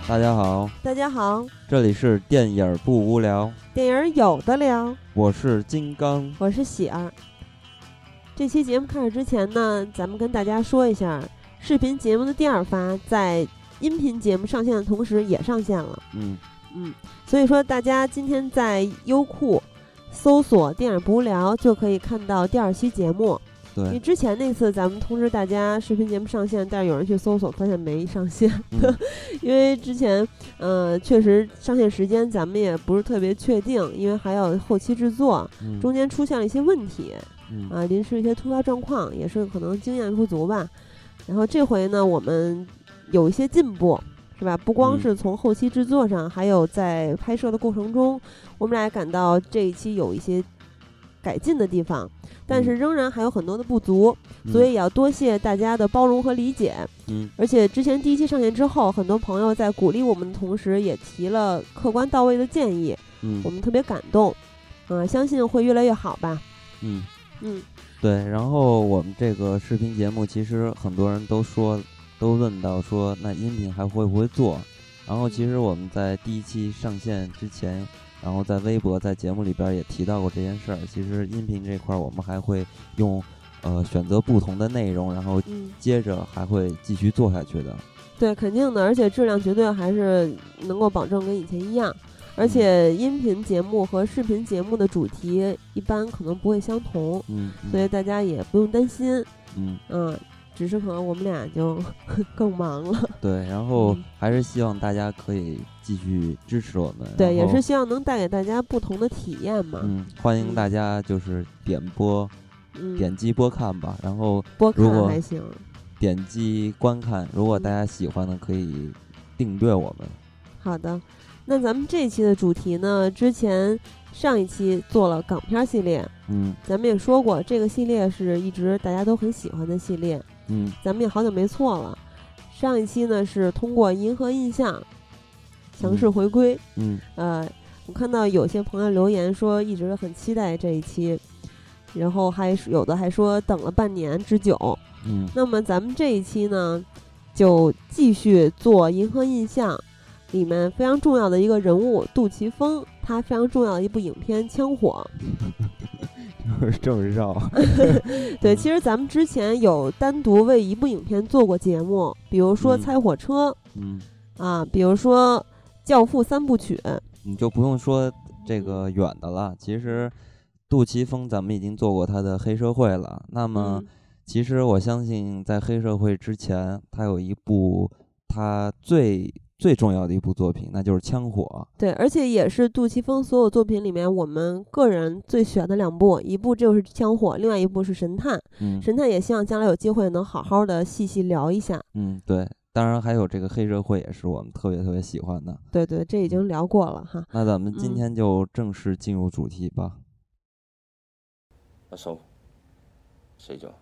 大家好， 大家好， 这里是电影不无聊， 电影有的聊， 我是金刚， 我是喜儿。这期节目开始之前呢，咱们跟大家说一下，视频节目的第二发在音频节目上线的同时也上线了。所以说大家今天在优酷搜索电影不无聊就可以看到第二期节目。 对， 因为之前那次咱们通知大家视频节目上线，但是有人去搜索发现没上线，因为之前确实上线时间咱们也不是特别确定，因为还有后期制作，中间出现了一些问题，临时一些突发状况，也是可能经验不足吧。然后这回呢，我们有一些进步，是吧？不光是从后期制作上，还有在拍摄的过程中，我们俩也感到这一期有一些改进的地方，但是仍然还有很多的不足，所以也要多谢大家的包容和理解。而且之前第一期上线之后，很多朋友在鼓励我们的同时，也提了客观到位的建议，我们特别感动，相信会越来越好吧。 对。然后我们这个视频节目，其实很多人都问到说，那音频还会不会做？然后其实我们在第一期上线之前，然后在微博在节目里边也提到过这件事儿。其实音频这块我们还会用选择不同的内容，然后接着还会继续做下去的。 对，肯定的，而且质量绝对还是能够保证跟以前一样。而且音频节目和视频节目的主题一般可能不会相同，所以大家也不用担心。只是可能我们俩就更忙了。 对，然后还是希望大家可以继续支持我们。 对，也是希望能带给大家不同的体验嘛。 欢迎大家就是点击播看吧。然后播看还行， 点击观看，如果大家喜欢的可以订阅我们。 好的，那咱们这一期的主题呢，之前上一期做了港片系列，咱们也说过这个系列是一直大家都很喜欢的系列，咱们也好久没错了。上一期呢是通过银河印象强势回归，我看到有些朋友留言说一直很期待这一期，然后有的还说等了半年之久。那么咱们这一期呢就继续做银河印象里面非常重要的一个人物杜琪峰，他非常重要的一部影片《枪火》。 这么绕。 对，其实咱们之前有单独为一部影片做过节目，比如说《猜火车》，比如说《教父》3部曲。 你就不用说这个远的了，其实杜琪峰咱们已经做过他的黑社会了。那么其实我相信在黑社会之前，他有一部他最重要的一部作品，那就是《枪火》。 对，而且也是杜琪峰所有作品里面我们个人最选的2部，一部就是《枪火》，另外一部是《神探》。神探也希望将来有机会能好好的细细聊一下。 对，当然还有这个黑社会也是我们特别特别喜欢的。 对，这已经聊过了哈。 那咱们今天就正式进入主題吧。 阿嫂死咗。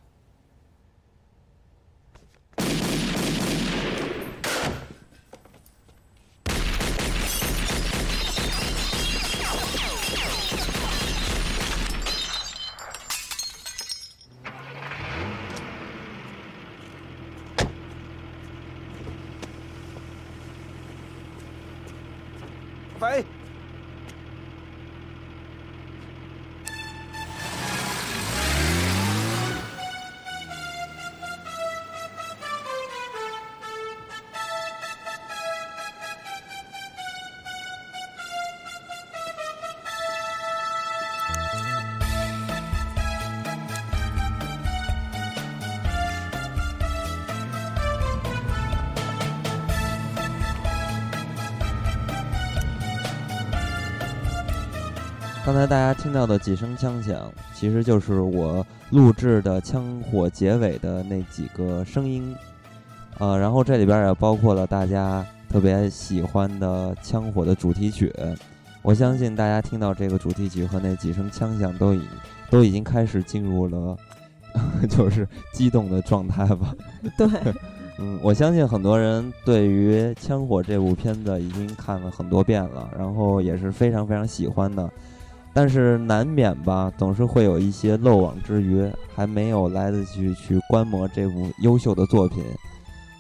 喂。 刚才大家听到的几声枪响，其实就是我录制的枪火结尾的那几个声音，然后这里边也包括了大家特别喜欢的枪火的主题曲。我相信大家听到这个主题曲和那几声枪响都已经开始进入了就是激动的状态吧。 对。 我相信很多人对于《枪火》这部片子已经看了很多遍了，然后也是非常非常喜欢的。但是难免吧，总是会有一些漏网之鱼，还没有来得及去观摩这部优秀的作品。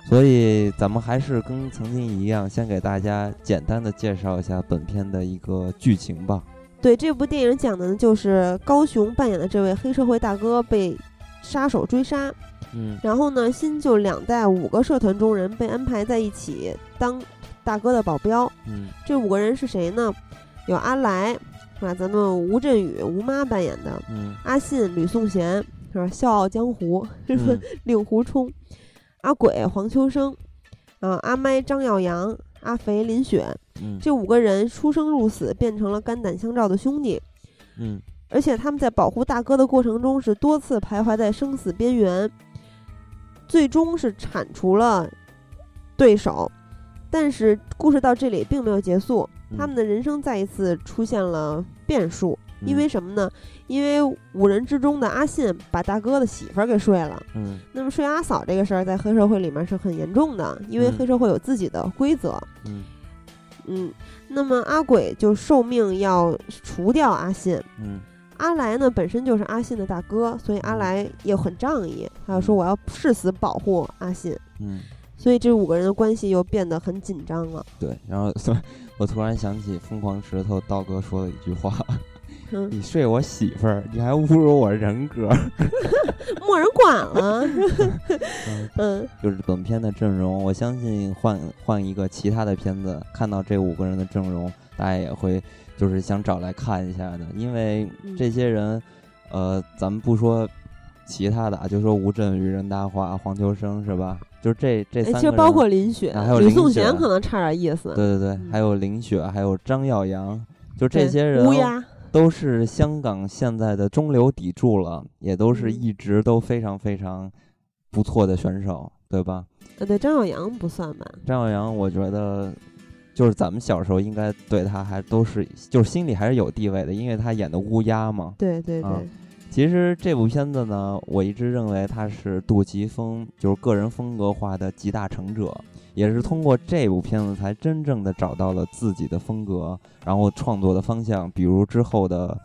所以咱们还是跟曾经一样，先给大家简单的介绍一下本片的一个剧情吧。 对，这部电影讲的呢，就是高雄扮演的这位黑社会大哥被杀手追杀，然后呢，新旧两代5个社团中人被安排在一起当大哥的保镖。这5个人是谁呢？有阿来，是吧？咱们吴镇宇吴妈扮演的，阿信吕颂贤，是吧？笑傲江湖，令狐冲，阿鬼黄秋生，阿麦张耀扬，阿肥林雪。这5个人出生入死，变成了肝胆相照的兄弟。而且他们在保护大哥的过程中是多次徘徊在生死边缘，最终是铲除了对手。但是故事到这里并没有结束，他们的人生再一次出现了变数。因为什么呢？因为5人之中的阿信把大哥的媳妇儿给睡了。那么睡阿嫂这个事儿在黑社会里面是很严重的，因为黑社会有自己的规则。那么阿鬼就受命要除掉阿信。阿来呢本身就是阿信的大哥，所以阿来也很仗义，他就说我要誓死保护阿信。所以这5个人的关系又变得很紧张了。 对，然后我突然想起疯狂石头道哥说的一句话，你睡我媳妇儿，你还侮辱我人格， 没人管了。 就是本片的阵容，我相信换一个其他的片子，看到这5个人的阵容，大家也会就是想找来看一下的，因为这些人，咱们不说其他的啊，就说吴镇宇、任达华、黄秋生是吧？就这3个人， 其实包括林雪， 还有吕颂贤可能差点意思。 对，还有林雪，还有张耀扬，就这些人乌鸦都是香港现在的中流砥柱了，也都是一直都非常非常不错的选手，对吧？ 对，张耀扬不算吧？ 张耀扬，我觉得就是咱们小时候应该对他还都是就是心里还是有地位的，因为他演的乌鸦嘛。 对。 其实这部片子呢，我一直认为他是杜琪峰就是个人风格化的集大成者，也是通过这部片子才真正的找到了自己的风格，然后创作的方向，比如之后的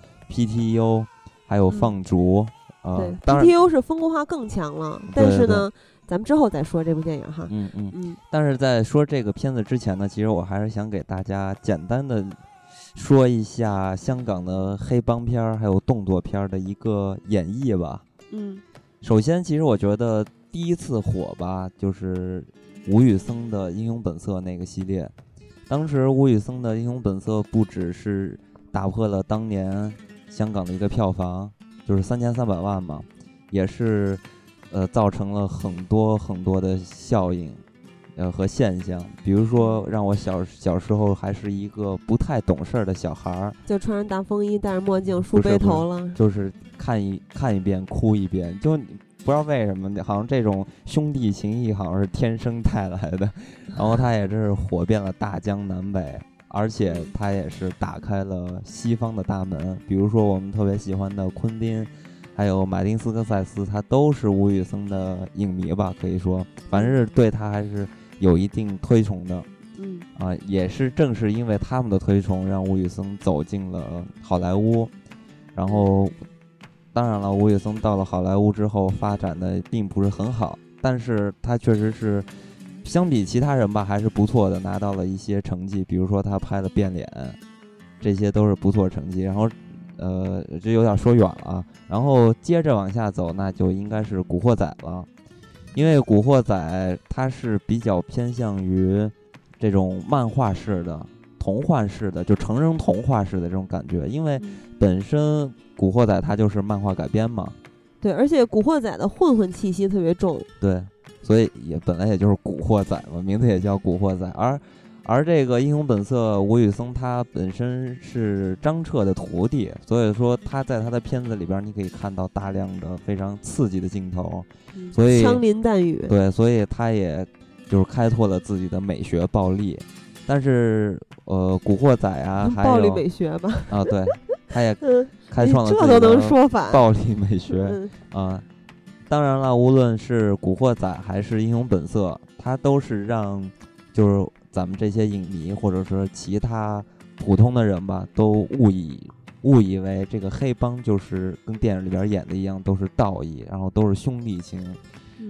PTU 还有放逐。 对， 当然 PTU 是风格化更强了，但是呢，咱们之后再说这部电影哈。 但是在说这个片子之前呢，其实我还是想给大家简单的说一下香港的黑帮片还有动作片的一个演绎吧。首先其实我觉得第一次火吧，就是吴宇森的英雄本色那个系列。当时吴宇森的英雄本色不只是打破了当年香港的一个票房，就是3300万嘛，也是造成了很多很多的效应和现象。比如说让我小时候还是一个不太懂事的小孩， 就穿着大风衣戴着墨镜梳背头了， 就是看一遍哭一遍，就不知道为什么好像这种兄弟情谊好像是天生带来的。然后他也是火遍了大江南北，而且他也是打开了西方的大门，比如说我们特别喜欢的昆汀还有马丁斯科塞斯，他都是吴宇森的影迷吧，可以说反正是对他还是有一定推崇的。也是正是因为他们的推崇，让吴宇森走进了好莱坞。然后当然了，吴宇森到了好莱坞之后发展的并不是很好，但是他确实是相比其他人吧还是不错的，拿到了一些成绩，比如说他拍了变脸，这些都是不错成绩。然后这有点说远了，然后接着往下走，那就应该是古惑仔了。因为古惑仔它是比较偏向于这种漫画式的童话式的，就成人童话式的这种感觉，因为本身古惑仔它就是漫画改编嘛。 对，而且古惑仔的混混气息特别重。 对，所以本来也就是古惑仔嘛，名字也叫古惑仔。而这个英雄本色吴宇森他本身是张彻的徒弟，所以说他在他的片子里边你可以看到大量的非常刺激的镜头，所以枪林弹雨。 对，所以他也就是开拓了自己的美学暴力。但是古惑仔啊，还有暴力美学吧啊，对，他也开创了自己这都能说反暴力美学当然了，无论是古惑仔还是英雄本色，他都是让就是咱们这些影迷或者说其他普通的人吧，都误以为这个黑帮就是跟电影里边演的一样，都是道义，然后都是兄弟情。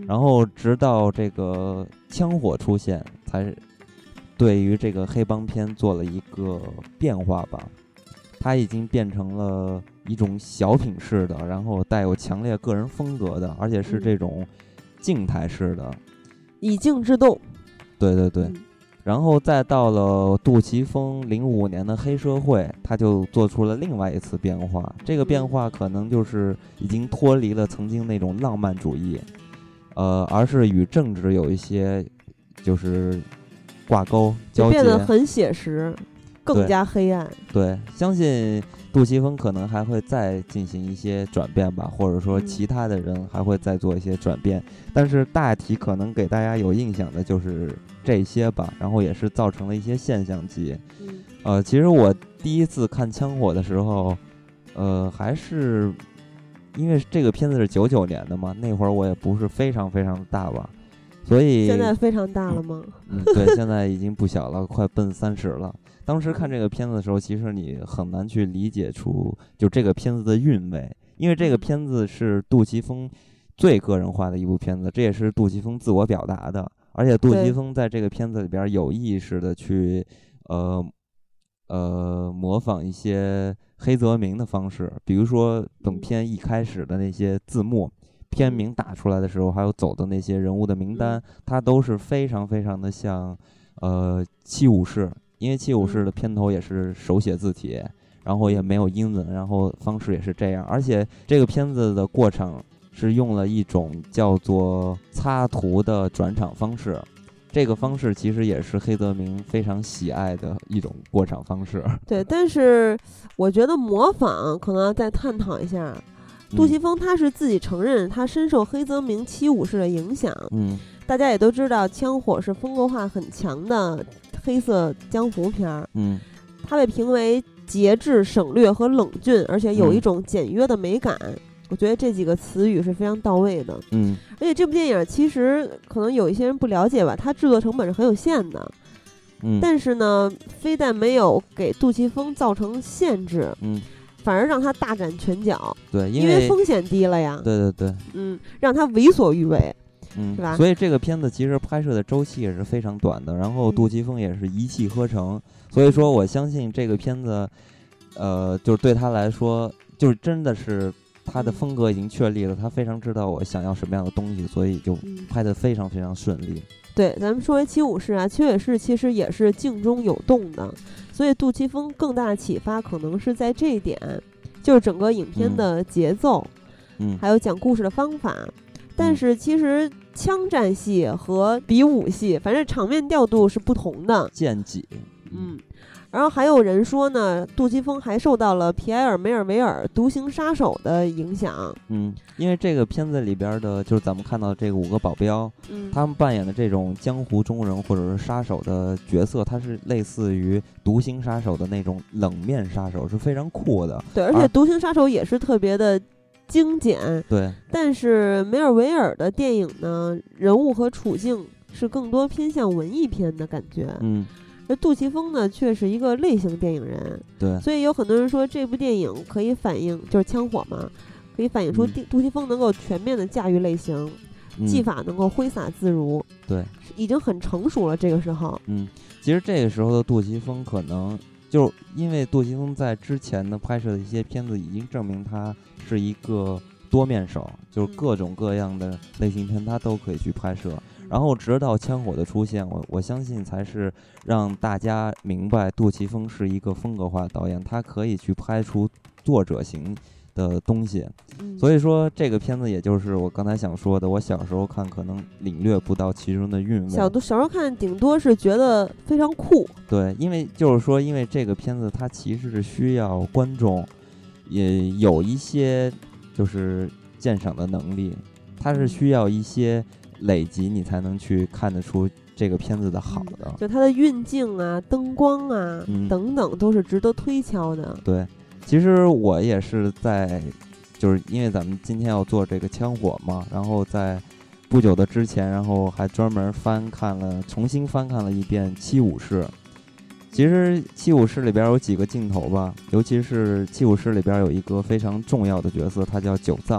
然后直到这个枪火出现，才对于这个黑帮片做了一个变化吧。它已经变成了一种小品式的，然后带有强烈个人风格的，而且是这种静态式的， 以静制动。 对对对。然后再到了杜琪峰05年的黑社会，他就做出了另外一次变化。这个变化可能就是已经脱离了曾经那种浪漫主义，而是与政治有一些就是挂钩交接， 变得很写实，更加黑暗。 对，相信杜琪峰可能还会再进行一些转变吧，或者说其他的人还会再做一些转变，但是大体可能给大家有印象的就是这些吧，然后也是造成了一些现象级。其实我第一次看枪火的时候，还是因为这个片子是99年的嘛，那会儿我也不是非常非常大吧，所以现在非常大了吗？ 对，现在已经不小了，快奔30了。当时看这个片子的时候，其实你很难去理解出就这个片子的韵味，因为这个片子是杜琪峰最个人化的一部片子，这也是杜琪峰自我表达的。而且杜琪峰在这个片子里边有意识的去模仿一些黑泽明的方式，比如说本片一开始的那些字幕，片名打出来的时候，还有走的那些人物的名单，它都是非常非常的像七武士，因为七武士的片头也是手写字体，然后也没有英文，然后方式也是这样，而且这个片子的过场是用了一种叫做擦图的转场方式，这个方式其实也是黑泽明非常喜爱的一种过场方式。 对，但是我觉得模仿可能要再探讨一下。杜琪峰他是自己承认他深受黑泽明七武士的影响。大家也都知道枪火是风格化很强的黑色江湖片。他被评为节制、省略和冷峻，而且有一种简约的美感。我觉得这几个词语是非常到位的。而且这部电影其实可能有一些人不了解吧，它制作成本是很有限的。但是呢，非但没有给杜琪峰造成限制，反而让他大展拳脚。 对， 因为风险低了呀。 对对对。 让他为所欲为。是吧？ 所以这个片子其实拍摄的周期也是非常短的，然后杜琪峰也是一气呵成。所以说我相信这个片子就是对他来说就是真的是他的风格已经确立了，他非常知道我想要什么样的东西，所以就拍得非常非常顺利。 对，咱们说回七武士啊，七武士其实也是静中有动的，所以杜琪峰更大的启发可能是在这一点，就是整个影片的节奏，还有讲故事的方法。但是其实枪战戏和比武戏，反正场面调度是不同的。 剑戟。 然后还有人说呢，杜琪峰还受到了皮埃尔·梅尔维尔《独行杀手》的影响。 因为这个片子里边的，就是咱们看到这个5个保镖，他们扮演的这种江湖中人或者是杀手的角色，它是类似于独行杀手的那种冷面杀手，是非常酷的。 对，而且独行杀手也是特别的精简。 对， 但是梅尔维尔的电影呢，人物和处境是更多偏向文艺片的感觉。而杜琪峰呢，却是一个类型电影人。 对， 所以有很多人说这部电影可以反映，就是枪火嘛，可以反映出杜琪峰能够全面的驾驭类型，技法能够挥洒自如。 对， 已经很成熟了。这个时候， 其实这个时候的杜琪峰可能就因为杜琪峰在之前的拍摄的一些片子已经证明他是一个多面手，就是各种各样的类型片他都可以去拍摄。然后直到枪火的出现，我相信才是让大家明白杜琪峰是一个风格化的导演，他可以去拍出作者型的东西。所以说这个片子也就是我刚才想说的，我小时候看可能领略不到其中的韵味。 小时候看顶多是觉得非常酷。 对，因为就是说因为这个片子它其实是需要观众也有一些就是鉴赏的能力，它是需要一些累积你才能去看得出这个片子的好的。 就它的运镜啊、灯光啊、等等都是值得推敲的。 对，其实我也是就是因为咱们今天要做这个枪火嘛，然后在不久的之前，然后还专门重新翻看了一遍七武士。其实七武士里边有几个镜头吧，尤其是七武士里边有一个非常重要的角色，他叫九藏。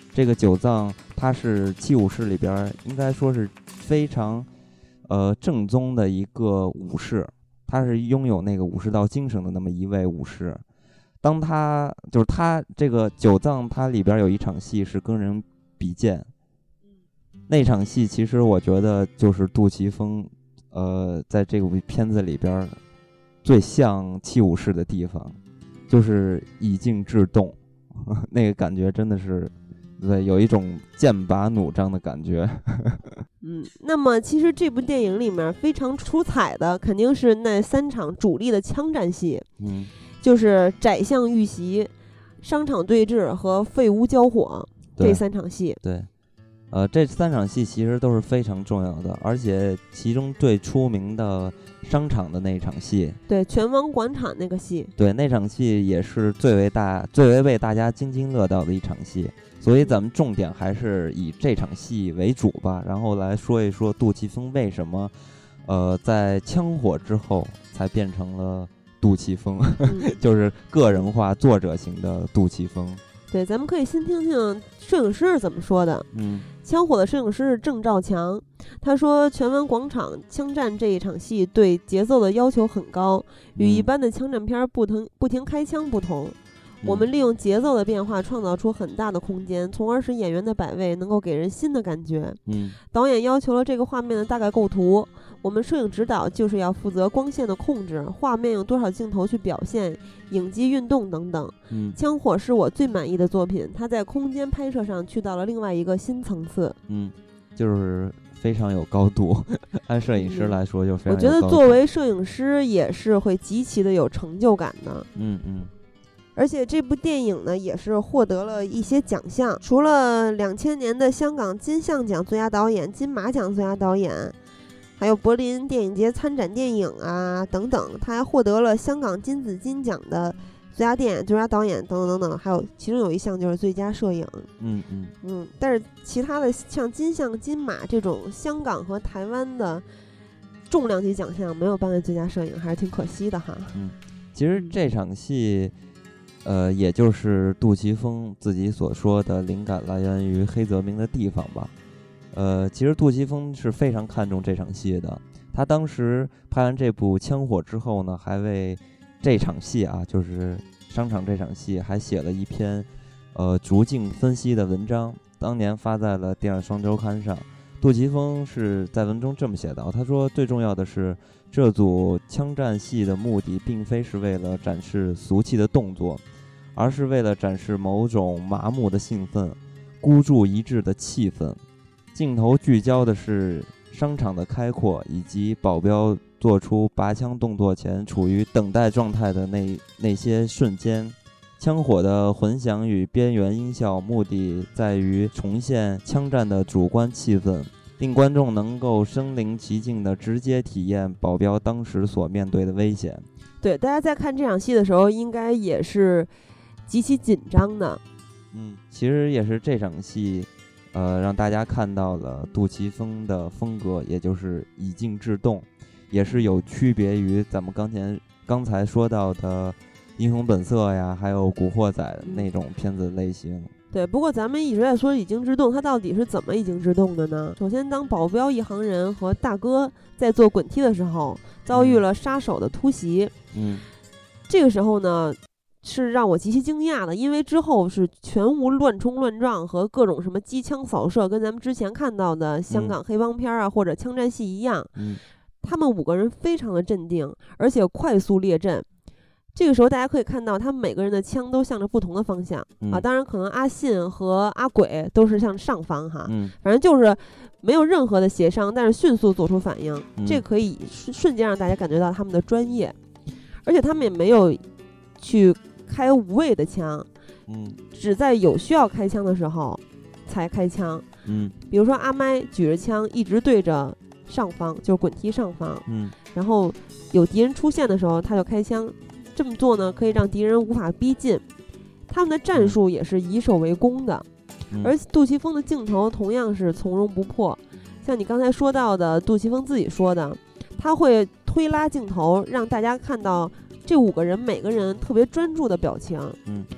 这个九藏他是七武士里边应该说是非常正宗的一个武士，他是拥有那个武士道精神的那么一位武士。当他这个九藏，他里边有一场戏是跟人比剑，那场戏其实我觉得就是杜琪峰在这部片子里边最像七武士的地方，就是以静制动，那个感觉真的是对，有一种剑拔弩张的感觉。 那么其实这部电影里面非常出彩的肯定是那3场主力的枪战戏，就是宰相遇袭、商场对峙和废屋交火这3场戏。 对，这3场戏其实都是非常重要的，而且其中最出名的商场的那场戏， 对，拳王广场那个戏， 对，那场戏也是最为为大家津津乐道的一场戏。所以咱们重点还是以这场戏为主吧，然后来说一说杜琪峰为什么在枪火之后才变成了杜琪峰，就是个人化作者型的杜琪峰。 对，咱们可以先听听摄影师是怎么说的。枪火的摄影师是郑兆强，他说拳王广场枪战这一场戏对节奏的要求很高，与一般的枪战片不停开枪不同。我们利用节奏的变化创造出很大的空间，从而使演员的摆位能够给人新的感觉。导演要求了这个画面的大概构图，我们摄影指导就是要负责光线的控制，画面用多少镜头去表现，影机运动等等。枪火是我最满意的作品，它在空间拍摄上去到了另外一个新层次。 就是非常有高度，按摄影师来说就非常有高度。 我觉得作为摄影师也是会极其的有成就感的。而且这部电影呢，也是获得了一些奖项，除了2000年的香港金像奖最佳导演、金马奖最佳导演，还有柏林电影节参展电影啊等等，他还获得了香港金紫金奖的最佳电影、最佳导演等等等等，还有其中有一项就是最佳摄影。但是其他的像金像、金马这种香港和台湾的重量级奖项没有颁给最佳摄影，还是挺可惜的哈。 其实这场戏也就是杜琪峰自己所说的灵感来源于黑泽明的地方吧。其实杜琪峰是非常看重这场戏的，他当时拍完这部《枪火》之后呢，还为这场戏啊，就是商场这场戏，还写了一篇逐镜分析的文章，当年发在了《第二双周刊》上。杜琪峰是在文中这么写道，他说最重要的是这组枪战戏的目的并非是为了展示俗气的动作，而是为了展示某种麻木的兴奋、孤注一掷的气氛。镜头聚焦的是商场的开阔，以及保镖做出拔枪动作前处于等待状态的那些瞬间。枪火的混响与边缘音效目的在于重现枪战的主观气氛，令观众能够身临其境地直接体验保镖当时所面对的危险。 对，大家在看这场戏的时候应该也是极其紧张的。 其实也是这场戏让大家看到了杜琪峰的风格，也就是以静制动，也是有区别于咱们刚才说到的英雄本色呀，还有古惑仔那种片子类型。 对，不过咱们一直在说以静制动，它到底是怎么以静制动的呢？首先，当保镖一行人和大哥在做滚梯的时候，遭遇了杀手的突袭。这个时候呢，是让我极其惊讶的，因为之后是全无乱冲乱撞和各种什么机枪扫射，跟咱们之前看到的香港黑帮片啊或者枪战戏一样。他们5个人非常的镇定，而且快速列阵。这个时候大家可以看到他们每个人的枪都向着不同的方向当然可能阿信和阿鬼都是向上方哈，反正就是没有任何的协商，但是迅速做出反应，这可以瞬间让大家感觉到他们的专业，而且他们也没有去开无谓的枪，只在有需要开枪的时候才开枪。比如说阿麦举着枪一直对着上方，就是滚梯上方，然后有敌人出现的时候他就开枪。这么做呢，可以让敌人无法逼近。他们的战术也是以守为攻的，而杜琪峰的镜头同样是从容不迫。像你刚才说到的，杜琪峰自己说的，他会推拉镜头，让大家看到这5个人每个人特别专注的表情。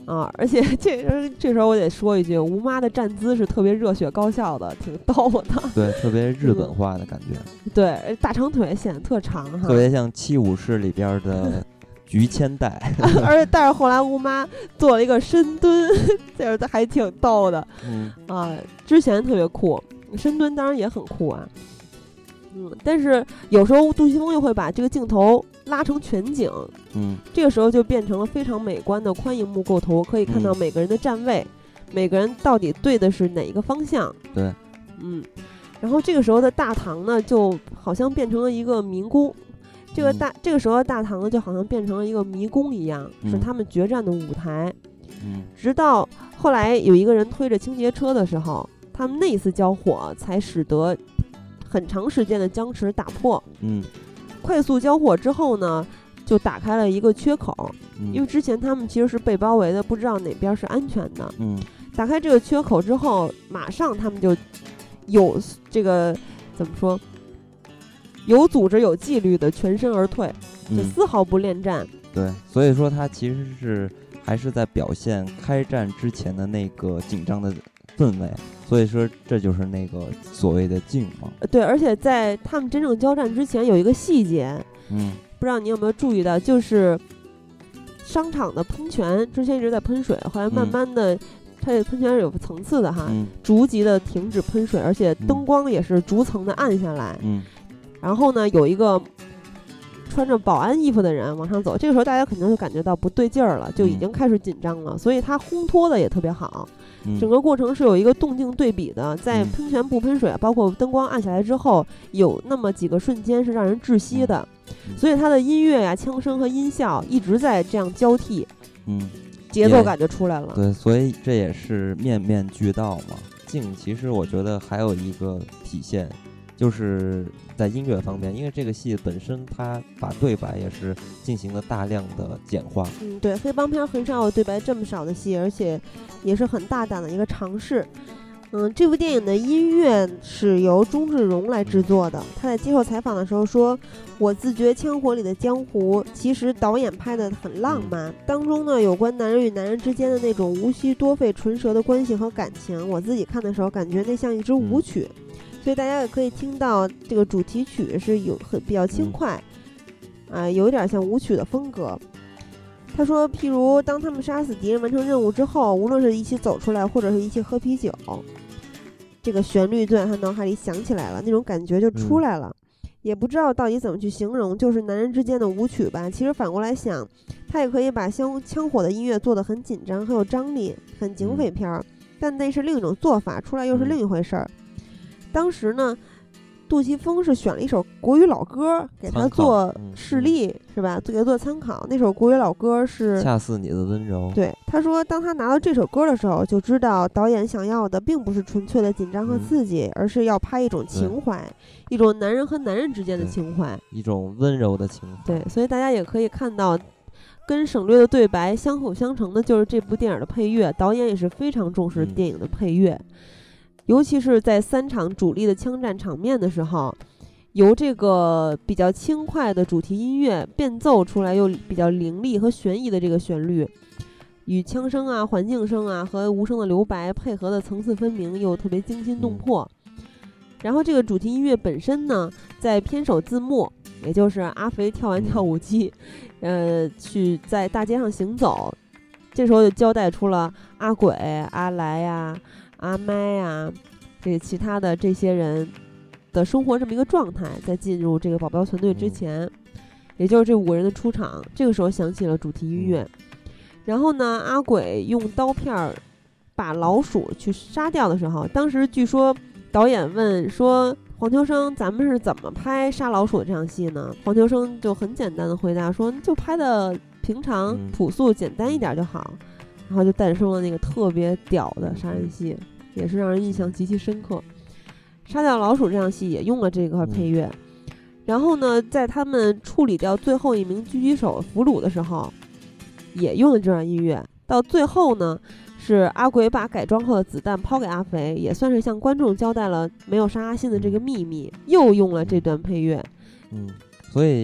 啊，而且这时候我得说一句，吴妈的站姿是特别热血高校的，挺逗的。 对，特别日本化的感觉。 对，大长腿显得特长哈， 特别像七武士里边的菊千代。 而且但是后来吴妈做了一个深蹲，这还挺逗的。之前特别酷，深蹲当然也很酷啊。但是有时候杜琪峰又会把这个镜头拉成全景，这个时候就变成了非常美观的宽银幕构图，可以看到每个人的站位，每个人到底对的是哪一个方向。 对， 然后这个时候的大堂呢，就好像变成了一个迷宫。这个时候的大堂呢，就好像变成了一个迷宫一样，是他们决战的舞台。直到后来有一个人推着清洁车的时候，他们那一次交火才使得很长时间的僵持打破。快速交火之后呢，就打开了一个缺口。因为之前他们其实是被包围的，不知道哪边是安全的。打开这个缺口之后，马上他们就有这个怎么说？有组织、有纪律的全身而退，就丝毫不恋战。 对，所以说他其实还是在表现开战之前的那个紧张的氛围。所以说这就是那个所谓的静嘛。 对，而且在他们真正交战之前有一个细节，不知道你有没有注意到，就是商场的喷泉之前一直在喷水，后来慢慢的，它这喷泉是有层次的哈，逐级的停止喷水，而且灯光也是逐层的暗下来。然后呢，有一个穿着保安衣服的人往上走，这个时候大家肯定就感觉到不对劲儿了，就已经开始紧张了，所以他烘托的也特别好。整个过程是有一个动静对比的，在喷泉不喷水，包括灯光暗下来之后，有那么几个瞬间是让人窒息的。所以他的音乐呀、枪声和音效一直在这样交替，节奏感就出来了。 对，所以这也是面面俱到嘛。静其实我觉得还有一个体现，就是在音乐方面，因为这个戏本身它把对白也是进行了大量的简化。 对，黑帮片很少有对白这么少的戏，而且也是很大胆的一个尝试。这部电影的音乐是由钟志荣来制作的。他在接受采访的时候说：“我自觉枪火里的江湖，其实导演拍的很浪漫，当中呢有关男人与男人之间的那种无需多费唇舌的关系和感情，我自己看的时候感觉那像一支舞曲。所以大家也可以听到这个主题曲是比较轻快，有点像舞曲的风格。”他说，譬如当他们杀死敌人完成任务之后，无论是一起走出来或者是一起喝啤酒，这个旋律就在他脑海里响起来了，那种感觉就出来了。也不知道到底怎么去形容，就是男人之间的舞曲吧。其实反过来想，他也可以把枪火的音乐做得很紧张，很有张力，很警匪片，但那是另一种做法，出来又是另一回事儿。当时呢，杜琪峰是选了一首国语老歌给他做示例，是吧？给他做参考。那首国语老歌是《 恰似你的温柔》。 对，他说，当他拿到这首歌的时候，就知道导演想要的并不是纯粹的紧张和刺激，而是要拍一种情怀，一种男人和男人之间的情怀， 一种温柔的情怀。 对，所以大家也可以看到，跟省略的对白相辅相成的就是这部电影的配乐。导演也是非常重视电影的配乐。尤其是在3场主力的枪战场面的时候，由这个比较轻快的主题音乐变奏出来又比较凌厉和悬疑的这个旋律，与枪声啊、环境声啊和无声的留白配合的层次分明，又特别惊心动魄。然后这个主题音乐本身呢，在片首字幕，也就是阿肥跳完跳舞机，去在大街上行走，这时候就交代出了阿鬼、阿来呀、阿麦呀，这其他的这些人的生活这么一个状态，在进入这个保镖团队之前，也就是这5个人的出场，这个时候响起了主题音乐。然后呢，阿鬼用刀片把老鼠去杀掉的时候，当时据说导演问说，黄秋生，咱们是怎么拍杀老鼠的这场戏呢？黄秋生就很简单的回答说，就拍的平常朴素简单一点就好。然后就诞生了那个特别屌的杀人戏，也是让人印象极其深刻。杀掉老鼠这场戏也用了这个配乐。然后呢，在他们处理掉最后一名狙击手俘虏的时候，也用了这段音乐。到最后呢，是阿鬼把改装后的子弹抛给阿肥，也算是向观众交代了没有杀阿信的这个秘密，又用了这段配乐。 所以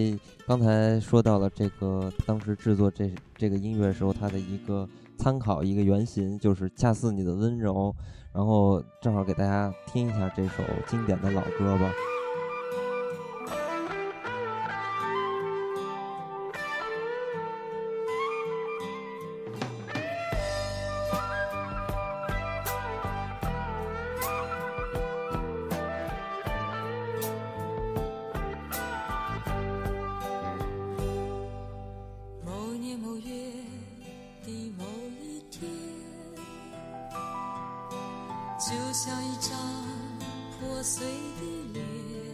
刚才说到了这个当时制作这个音乐时候，它的一个参考一个原型就是恰似你的温柔，然后正好给大家听一下这首经典的老歌吧。 就像一张破碎的脸，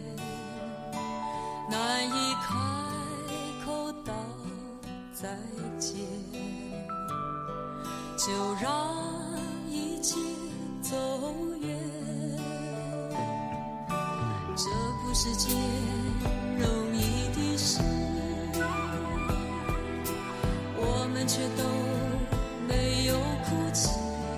难以开口道再见，就让一切走远。这不是件容易的事，我们却都没有哭泣。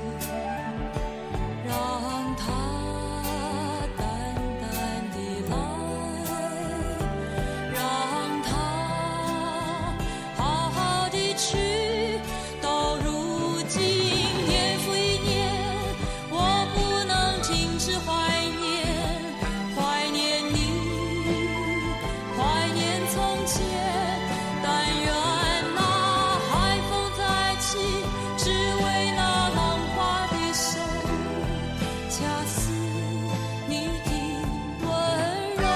让它淡淡地来，让它好好地去。到如今年复一年，我不能停止怀念，怀念你，怀念从前。但愿那海风再起，只为那浪花的手，恰似你的温柔。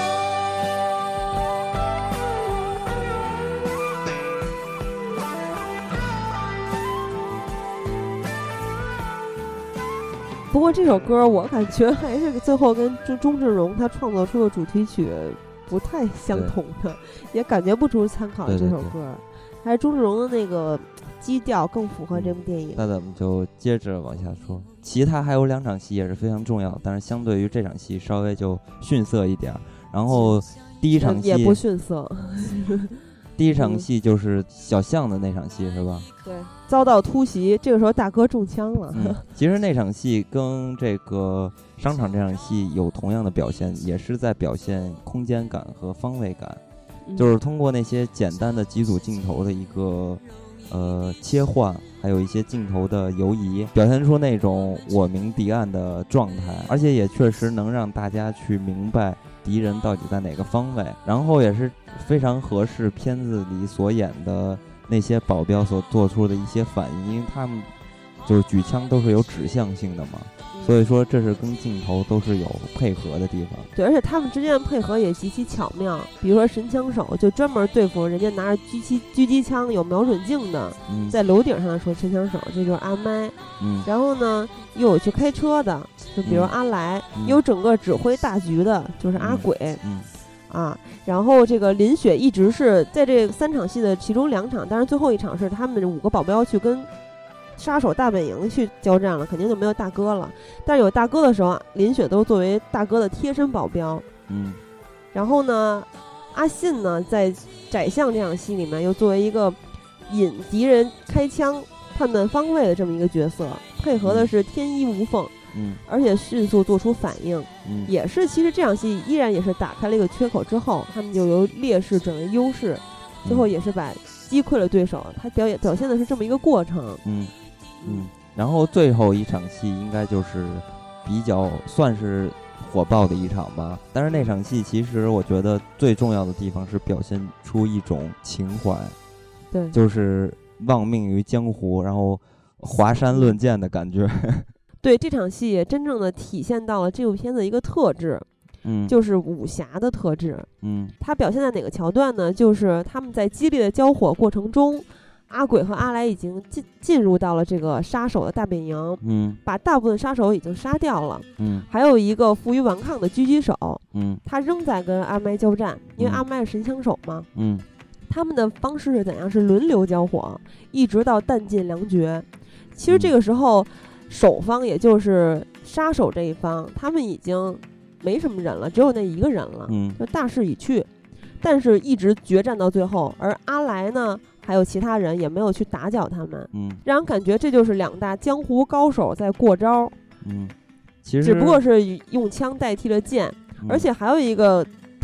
不过这首歌我感觉还是最后跟钟志荣他创作出的主题曲不太相同的，也感觉不出参考的这首歌，还是钟志荣的那个基调更符合这部电影。 那咱们就接着往下说，其他还有2场戏也是非常重要，但是相对于这场戏稍微就逊色一点。然后第一场戏也不逊色， 第一场戏就是小巷的那场戏是吧？ 对，遭到突袭，这个时候大哥中枪了。 其实那场戏跟这个商场这场戏有同样的表现，也是在表现空间感和方位感，就是通过那些简单的几组镜头的一个切换，还有一些镜头的游移，表现出那种我明敌暗的状态，而且也确实能让大家去明白敌人到底在哪个方位，然后也是非常合适片子里所演的那些保镖所做出的一些反应，因为他们就是举枪都是有指向性的嘛，所以说这是跟镜头都是有配合的地方。 对，而且他们之间的配合也极其巧妙，比如说神枪手就专门对付人家拿着狙击枪有瞄准镜的，在楼顶上说神枪手，这就是阿麦。然后呢又有去开车的，就比如阿来，有整个指挥大局的就是阿鬼。然后这个林雪一直是在这3场戏的其中2场，但是最后一场是他们5个保镖去跟杀手大本营去交战了，肯定就没有大哥了。但是有大哥的时候，林雪都作为大哥的贴身保镖。然后呢，阿信呢在窄巷这场戏里面又作为一个引敌人开枪、判断方位的这么一个角色，配合的是天衣无缝。而且迅速做出反应。也是其实这场戏依然也是打开了一个缺口之后，他们就由劣势转为优势，最后也是把击溃了对手。他表现的是这么一个过程。 然后最后一场戏应该就是比较算是火爆的一场吧，但是那场戏其实我觉得最重要的地方是表现出一种情怀， 对， 就是忘命于江湖，然后华山论剑的感觉。 对，这场戏也真正的体现到了这部片子一个特质，就是武侠的特质。它表现在哪个桥段呢？就是他们在激烈的交火过程中，阿鬼和阿来已经进入到了这个杀手的大本营，把大部分杀手已经杀掉了，还有一个负隅顽抗的狙击手，他仍在跟阿麦交战，因为阿麦是神枪手嘛，他们的方式是怎样？是轮流交火，一直到弹尽粮绝。其实这个时候，守方也就是杀手这一方，他们已经没什么人了，只有那一个人了，就大势已去，但是一直决战到最后。而阿来呢，还有其他人也没有去打搅他们，让人感觉这就是2大江湖高手在过招。 其实只不过是用枪代替了剑，而且还有一个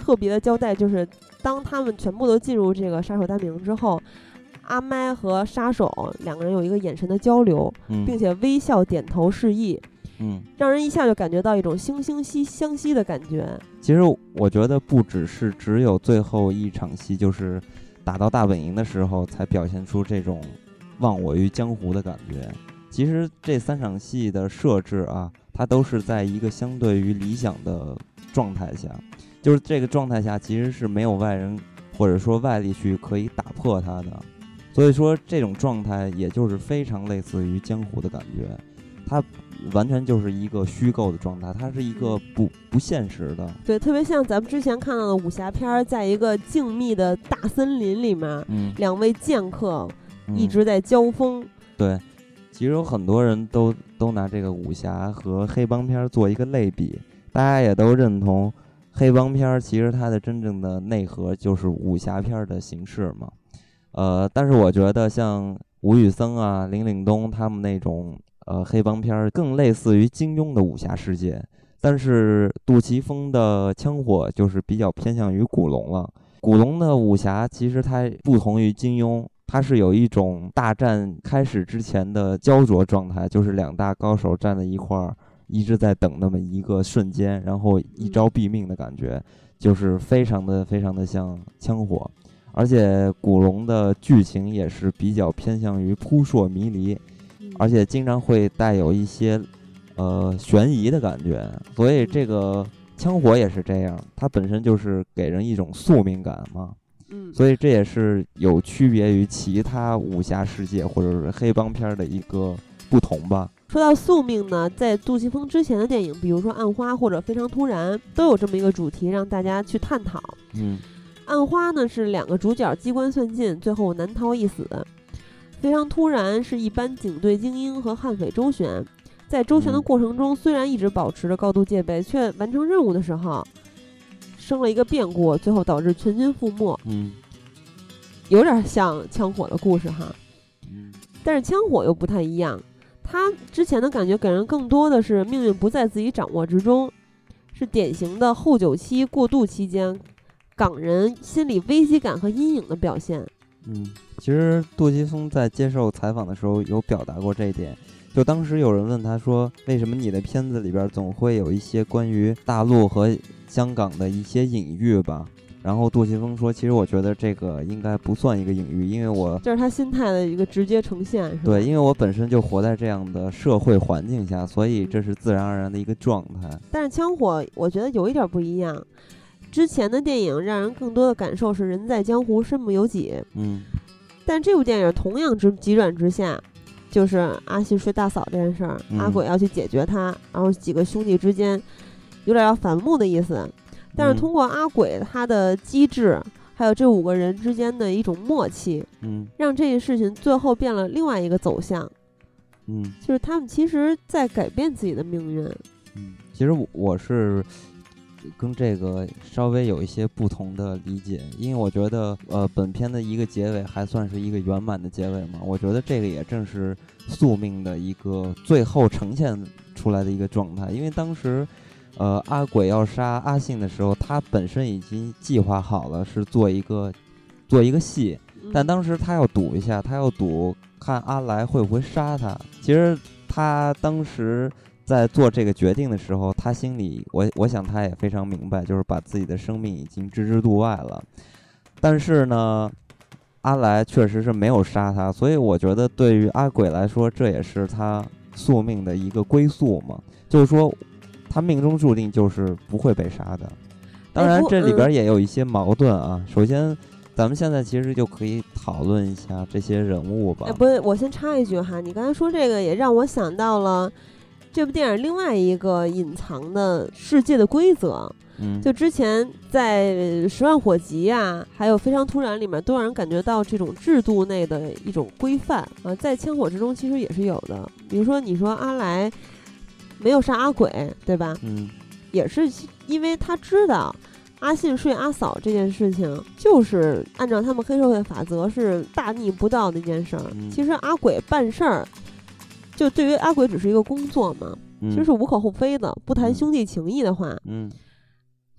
特别的交代，就是当他们全部都进入这个杀手大本营之后，阿麦和杀手两个人有一个眼神的交流，并且微笑点头示意，让人一下就感觉到一种惺惺相惜的感觉。 其实我觉得不只有最后一场戏，就是打到大本营的时候才表现出这种忘我于江湖的感觉。其实这3场戏的设置啊，它都是在一个相对于理想的状态下，就是这个状态下其实是没有外人或者说外力去可以打破它的，所以说这种状态也就是非常类似于江湖的感觉，它完全就是一个虚构的状态，它是一个不现实的。 对，特别像咱们之前看到的武侠片，在一个静谧的大森林里面，两位剑客一直在交锋。 对，其实有很多人都拿这个武侠和黑帮片做一个类比，大家也都认同黑帮片其实它的真正的内核就是武侠片的形式嘛。但是我觉得像吴宇森啊、林岭东他们那种黑帮片更类似于金庸的武侠世界，但是杜琪峰的枪火就是比较偏向于古龙了。古龙的武侠其实它不同于金庸，它是有一种大战开始之前的焦灼状态，就是2大高手站在一块儿，一直在等那么一个瞬间，然后一招毙命的感觉，就是非常的像枪火。而且古龙的剧情也是比较偏向于扑朔迷离，而且经常会带有一些悬疑的感觉，所以这个枪火也是这样，它本身就是给人一种宿命感嘛。所以这也是有区别于其他武侠世界或者是黑帮片的一个不同吧。 说到宿命呢，在杜琪峰之前的电影，比如说《暗花》或者《非常突然》，都有这么一个主题让大家去探讨。暗花呢是2个主角机关算尽，最后难逃一死。非常突然是一般警队精英和悍匪周旋，在周旋的过程中，虽然一直保持着高度戒备，却完成任务的时候生了一个变故，最后导致全军覆没。有点像枪火的故事哈。但是枪火又不太一样，他之前的感觉给人更多的是命运不在自己掌握之中，是典型的后9期过渡期间港人心理危机感和阴影的表现。 其实杜琪峰在接受采访的时候有表达过这一点，就当时有人问他说，为什么你的片子里边总会有一些关于大陆和香港的一些隐喻吧？然后杜琪峰说，其实我觉得这个应该不算一个隐喻，因为这是他心态的一个直接呈现，是吧？ 对，因为我本身就活在这样的社会环境下，所以这是自然而然的一个状态。 但是枪火我觉得有一点不一样，之前的电影让人更多的感受是人在江湖身不由己，但这部电影同样急转直下，就是阿信睡大嫂这件事儿，阿鬼要去解决他，然后几个兄弟之间有点要反目的意思。但是通过阿鬼他的机智，还有这5个人之间的一种默契，让这件事情最后变了另外一个走向。就是他们其实在改变自己的命运。 其实我是跟这个稍微有一些不同的理解，因为我觉得本片的一个结尾还算是一个圆满的结尾嘛，我觉得这个也正是宿命的一个最后呈现出来的一个状态。因为当时阿鬼要杀阿信的时候，他本身已经计划好了是做一个戏，但当时他要赌一下，他要赌看阿来会不会杀他。其实他当时在做这个决定的时候，他心里我想他也非常明白，就是把自己的生命已经置之度外了。但是呢，阿来确实是没有杀他，所以我觉得对于阿鬼来说，这也是他宿命的一个归宿嘛，就是说他命中注定就是不会被杀的。当然这里边也有一些矛盾啊。首先咱们现在其实就可以讨论一下这些人物吧。 不是，我先插一句哈，你刚才说这个也让我想到了这部电影另外一个隐藏的世界的规则。就之前在10万火急啊还有非常突然里面都让人感觉到这种制度内的一种规范啊，在枪火之中其实也是有的。比如说你说阿来没有杀阿鬼，对吧？也是因为他知道阿信睡阿嫂这件事情就是按照他们黑社会的法则是大逆不道的一件事儿。其实阿鬼办事儿就对于阿鬼只是一个工作嘛，其实是无可厚非的，不谈兄弟情谊的话。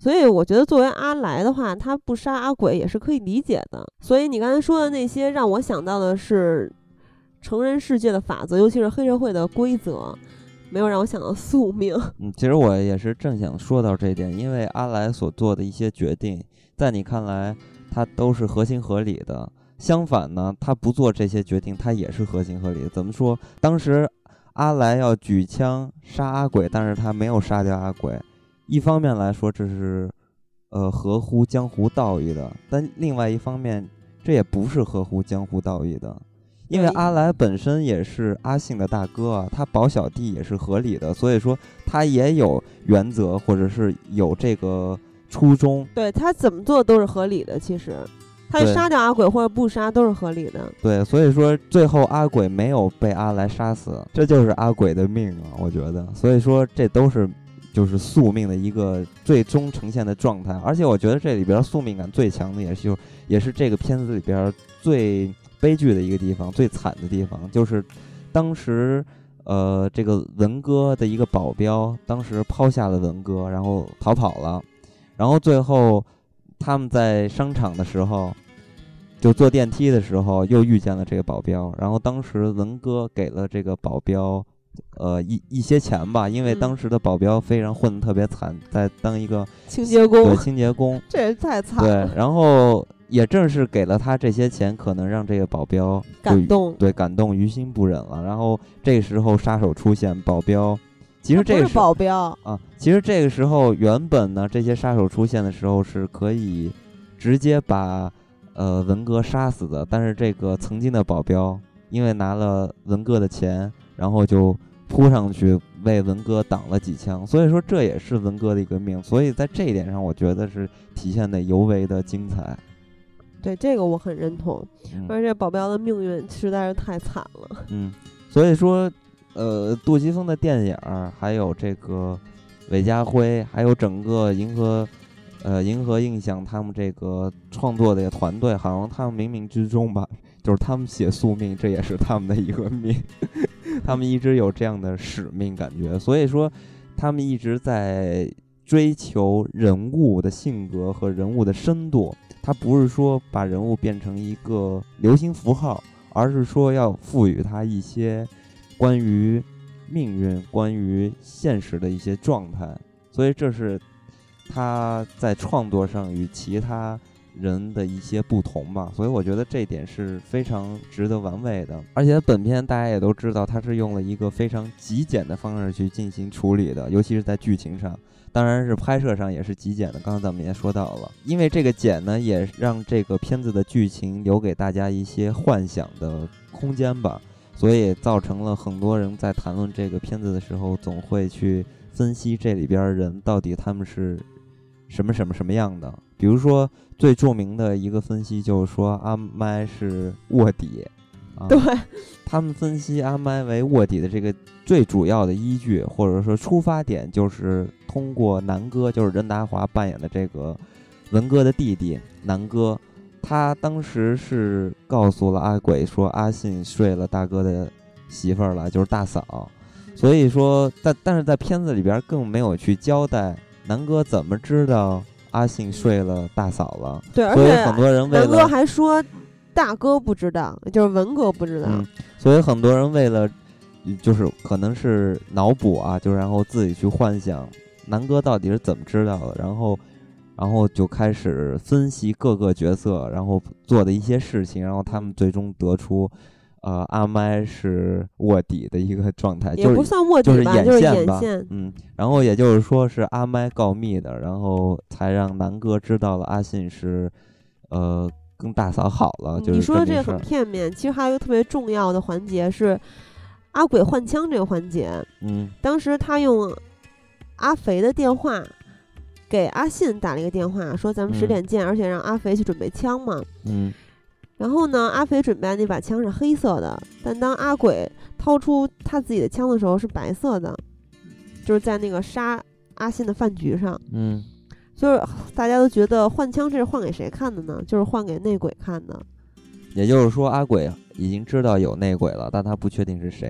所以我觉得作为阿来的话，他不杀阿鬼也是可以理解的。所以你刚才说的那些让我想到的是成人世界的法则，尤其是黑社会的规则，没有让我想到宿命。 其实我也是正想说到这一点，因为阿来所做的一些决定，在你看来他都是合情合理的。相反呢，他不做这些决定，他也是合情合理的。怎么说？当时阿来要举枪杀阿鬼，但是他没有杀掉阿鬼。一方面来说，这是合乎江湖道义的，但另外一方面，这也不是合乎江湖道义的。因为阿来本身也是阿信的大哥啊，他保小弟也是合理的，所以说他也有原则，或者是有这个初衷。 对，他怎么做都是合理的，其实他杀掉阿鬼或者不杀都是合理的。 对，所以说最后阿鬼没有被阿来杀死，这就是阿鬼的命啊，我觉得。所以说这都是就是宿命的一个最终呈现的状态。而且我觉得这里边宿命感最强的也是这个片子里边最悲剧的一个地方，最惨的地方，就是当时这个文哥的一个保镖当时抛下了文哥，然后逃跑了，然后最后他们在商场的时候，就坐电梯的时候又遇见了这个保镖，然后当时文哥给了这个保镖一些钱吧，因为当时的保镖非常混得特别惨，在当一个清洁工。 对，清洁工， 这也太惨了。 对，然后也正是给了他这些钱，可能让这个保镖感动， 对，感动于心不忍了。然后这个时候杀手出现，保镖其实这个不是保镖啊，其实这个时候原本呢，这些杀手出现的时候是可以直接把文哥杀死的，但是这个曾经的保镖因为拿了文哥的钱，然后就扑上去为文哥挡了几枪，所以说这也是文哥的一个命，所以在这一点上我觉得是体现的尤为的精彩。 对，这个我很认同，而且保镖的命运实在是太惨了。 所以说杜琪峰的电影还有这个韦家辉还有整个银河映像他们这个创作的团队，好像他们冥冥之中吧，就是他们写宿命，这也是他们的一个命他们一直有这样的使命感觉，所以说他们一直在追求人物的性格和人物的深度，他不是说把人物变成一个流行符号，而是说要赋予他一些关于命运关于现实的一些状态，所以这是他在创作上与其他人的一些不同吧，所以我觉得这一点是非常值得玩味的。而且本片大家也都知道，它是用了一个非常极简的方式去进行处理的，尤其是在剧情上，当然是拍摄上也是极简的，刚才咱们也说到了。因为这个简呢，也让这个片子的剧情留给大家一些幻想的空间吧，所以造成了很多人在谈论这个片子的时候，总会去分析这里边人到底他们是什么样的。比如说最著名的一个分析就是说阿麦是卧底对， 他们分析阿麦为卧底的这个最主要的依据或者说出发点，就是通过南哥，就是任达华扮演的这个文哥的弟弟南哥，他当时是告诉了阿鬼说阿信睡了大哥的媳妇儿了，就是大嫂，所以说但是在片子里边更没有去交代南哥怎么知道阿信睡了大嫂了。 对，而且很多人为了南哥还说大哥不知道，就是文哥不知道， 所以很多人为了就是可能是脑补啊，就然后自己去幻想南哥到底是怎么知道的，然后就开始分析各个角色然后做的一些事情，然后他们最终得出阿麦是卧底的一个状态， 也不算卧底吧， 就是眼线吧，然后也就是说是阿麦告密的，然后才让南哥知道了阿信是跟大嫂好了。就是你说的这个很片面，其实还有一个特别重要的环节是阿鬼换枪这个环节。当时他用阿肥的电话给阿信打了一个电话，说咱们10点见，而且让阿肥去准备枪嘛。然后呢，阿肥准备的那把枪是黑色的，但当阿鬼掏出他自己的枪的时候是白色的，就是在那个杀阿信的饭局上。就是大家都觉得换枪这是换给谁看的呢？就是换给内鬼看的。 也就是说阿鬼已经知道有内鬼了，但他不确定是谁，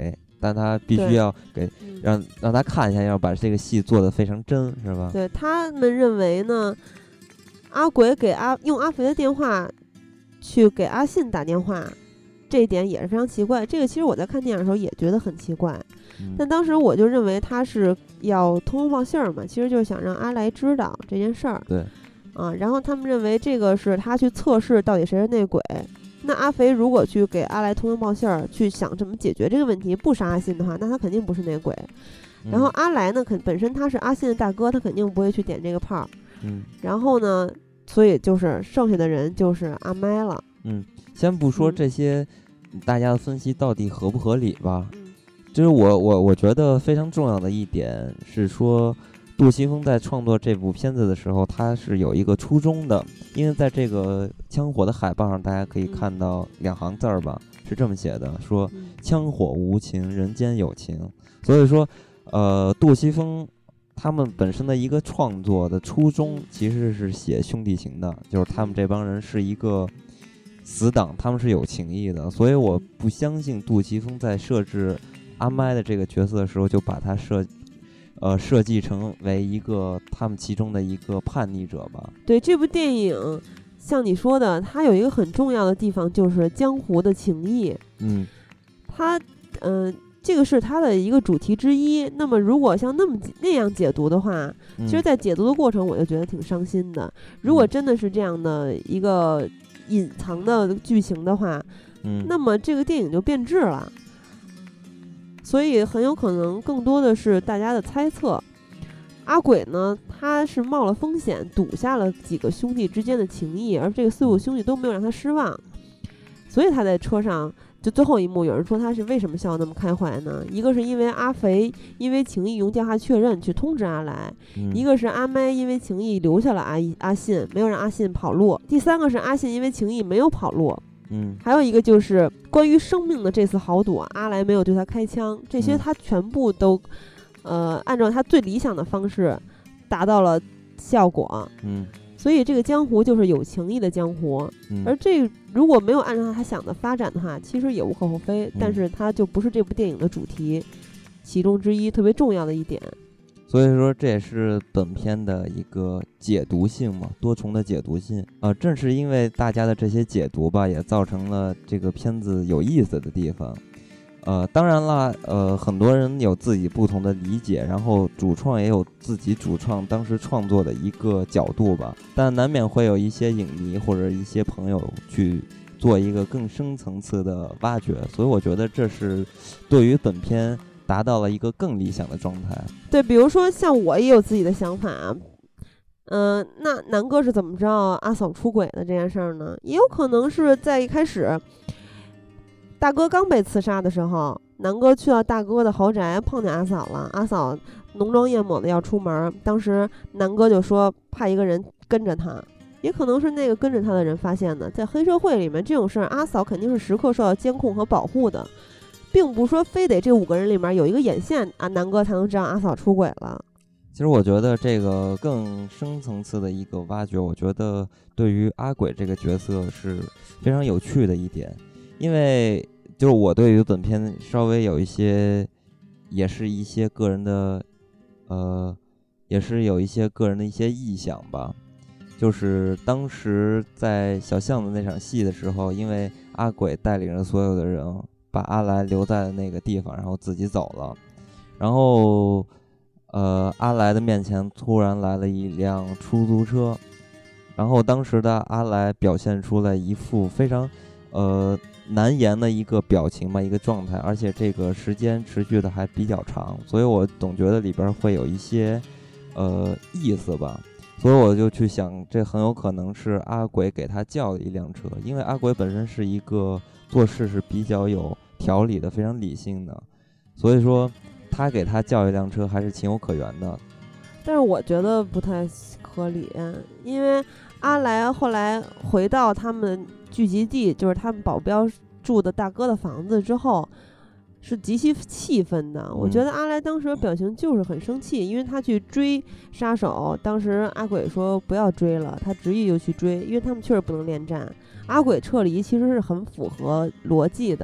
但他必须要给让他看一下，要把这个戏做得非常真，是吧？ 对，他们认为呢，阿鬼用阿肥的电话去给阿信打电话，这一点也是非常奇怪。这个其实我在看电影的时候也觉得很奇怪，但当时我就认为他是要通风报信儿嘛，其实就是想让阿来知道这件事儿。 对， 然后他们认为这个是他去测试到底谁是内鬼。那阿肥如果去给阿来通风报信儿，去想怎么解决这个问题，不杀阿信的话，那他肯定不是内鬼。然后阿来呢，本身他是阿信的大哥，他肯定不会去点这个炮。然后呢，所以就是剩下的人就是阿麦了。 先不说这些大家的分析到底合不合理吧，就是我觉得非常重要的一点是说，杜琪峰在创作这部片子的时候，他是有一个初衷的，因为在这个枪火的海报上，大家可以看到2行字儿吧，是这么写的，说枪火无情，人间有情。所以说，杜琪峰他们本身的一个创作的初衷其实是写兄弟情的，就是他们这帮人是一个死党，他们是有情义的。所以我不相信杜琪峰在设置阿麦的这个角色的时候，就把他设计成为一个他们其中的一个叛逆者吧。 对，这部电影像你说的，它有一个很重要的地方，就是江湖的情谊。它这个是它的一个主题之一。那么如果像那样解读的话，其实在解读的过程我就觉得挺伤心的。如果真的是这样的一个隐藏的剧情的话，那么这个电影就变质了。所以很有可能更多的是大家的猜测。阿鬼呢，他是冒了风险赌下了几个兄弟之间的情谊，而这个4、5兄弟都没有让他失望，所以他在车上就最后一幕，有人说他是为什么笑那么开怀呢？一个是因为阿肥因为情谊用电话确认去通知阿来，一个是阿麦因为情谊留下了阿信，没有让阿信跑路，第三个是阿信因为情谊没有跑路。还有一个就是关于生命的这次豪赌，阿来没有对他开枪，这些他全部都按照他最理想的方式达到了效果。所以这个江湖就是有情义的江湖。而这如果没有按照他想的发展的话，其实也无可厚非，但是它就不是这部电影的主题其中之一，特别重要的一点。 所以说这也是本片的一个解读性嘛，多重的解读性。正是因为大家的这些解读吧，也造成了这个片子有意思的地方。当然了，很多人有自己不同的理解，然后主创也有自己主创当时创作的一个角度吧，但难免会有一些影迷或者一些朋友去做一个更深层次的挖掘，所以我觉得这是对于本片达到了一个更理想的状态。 对，比如说像我也有自己的想法。那南哥是怎么知道阿嫂出轨的这件事儿呢？也有可能是在一开始大哥刚被刺杀的时候，南哥去到大哥的豪宅碰见阿嫂了，阿嫂浓妆艳抹的要出门，当时南哥就说派一个人跟着他，也可能是那个跟着他的人发现的。在黑社会里面这种事儿，阿嫂肯定是时刻受到监控和保护的，并不说非得这5个人里面有一个眼线南哥才能知道阿嫂出轨了。 其实我觉得这个更深层次的一个挖掘，我觉得对于阿鬼这个角色是非常有趣的一点。因为就是我对于本片稍微有一些，也是一些个人的也是有一些个人的一些臆想吧。就是当时在小巷子那场戏的时候，因为阿鬼带领着所有的人把阿来留在了那个地方，然后自己走了，然后阿来的面前突然来了一辆出租车，然后当时的阿来表现出了一副非常难言的一个表情吧，一个状态，而且这个时间持续的还比较长，所以我总觉得里边会有一些意思吧，所以我就去想，这很有可能是阿鬼给他叫了一辆车，因为阿鬼本身是一个做事是比较有条理的，非常理性的，所以说他给他叫一辆车还是情有可原的。 但是我觉得不太合理，因为阿来后来回到他们聚集地，就是他们保镖住的大哥的房子之后，是极其气愤的。我觉得阿来当时的表情就是很生气，因为他去追杀手，当时阿鬼说不要追了，他执意就去追，因为他们确实不能恋战。阿鬼撤离其实是很符合逻辑的，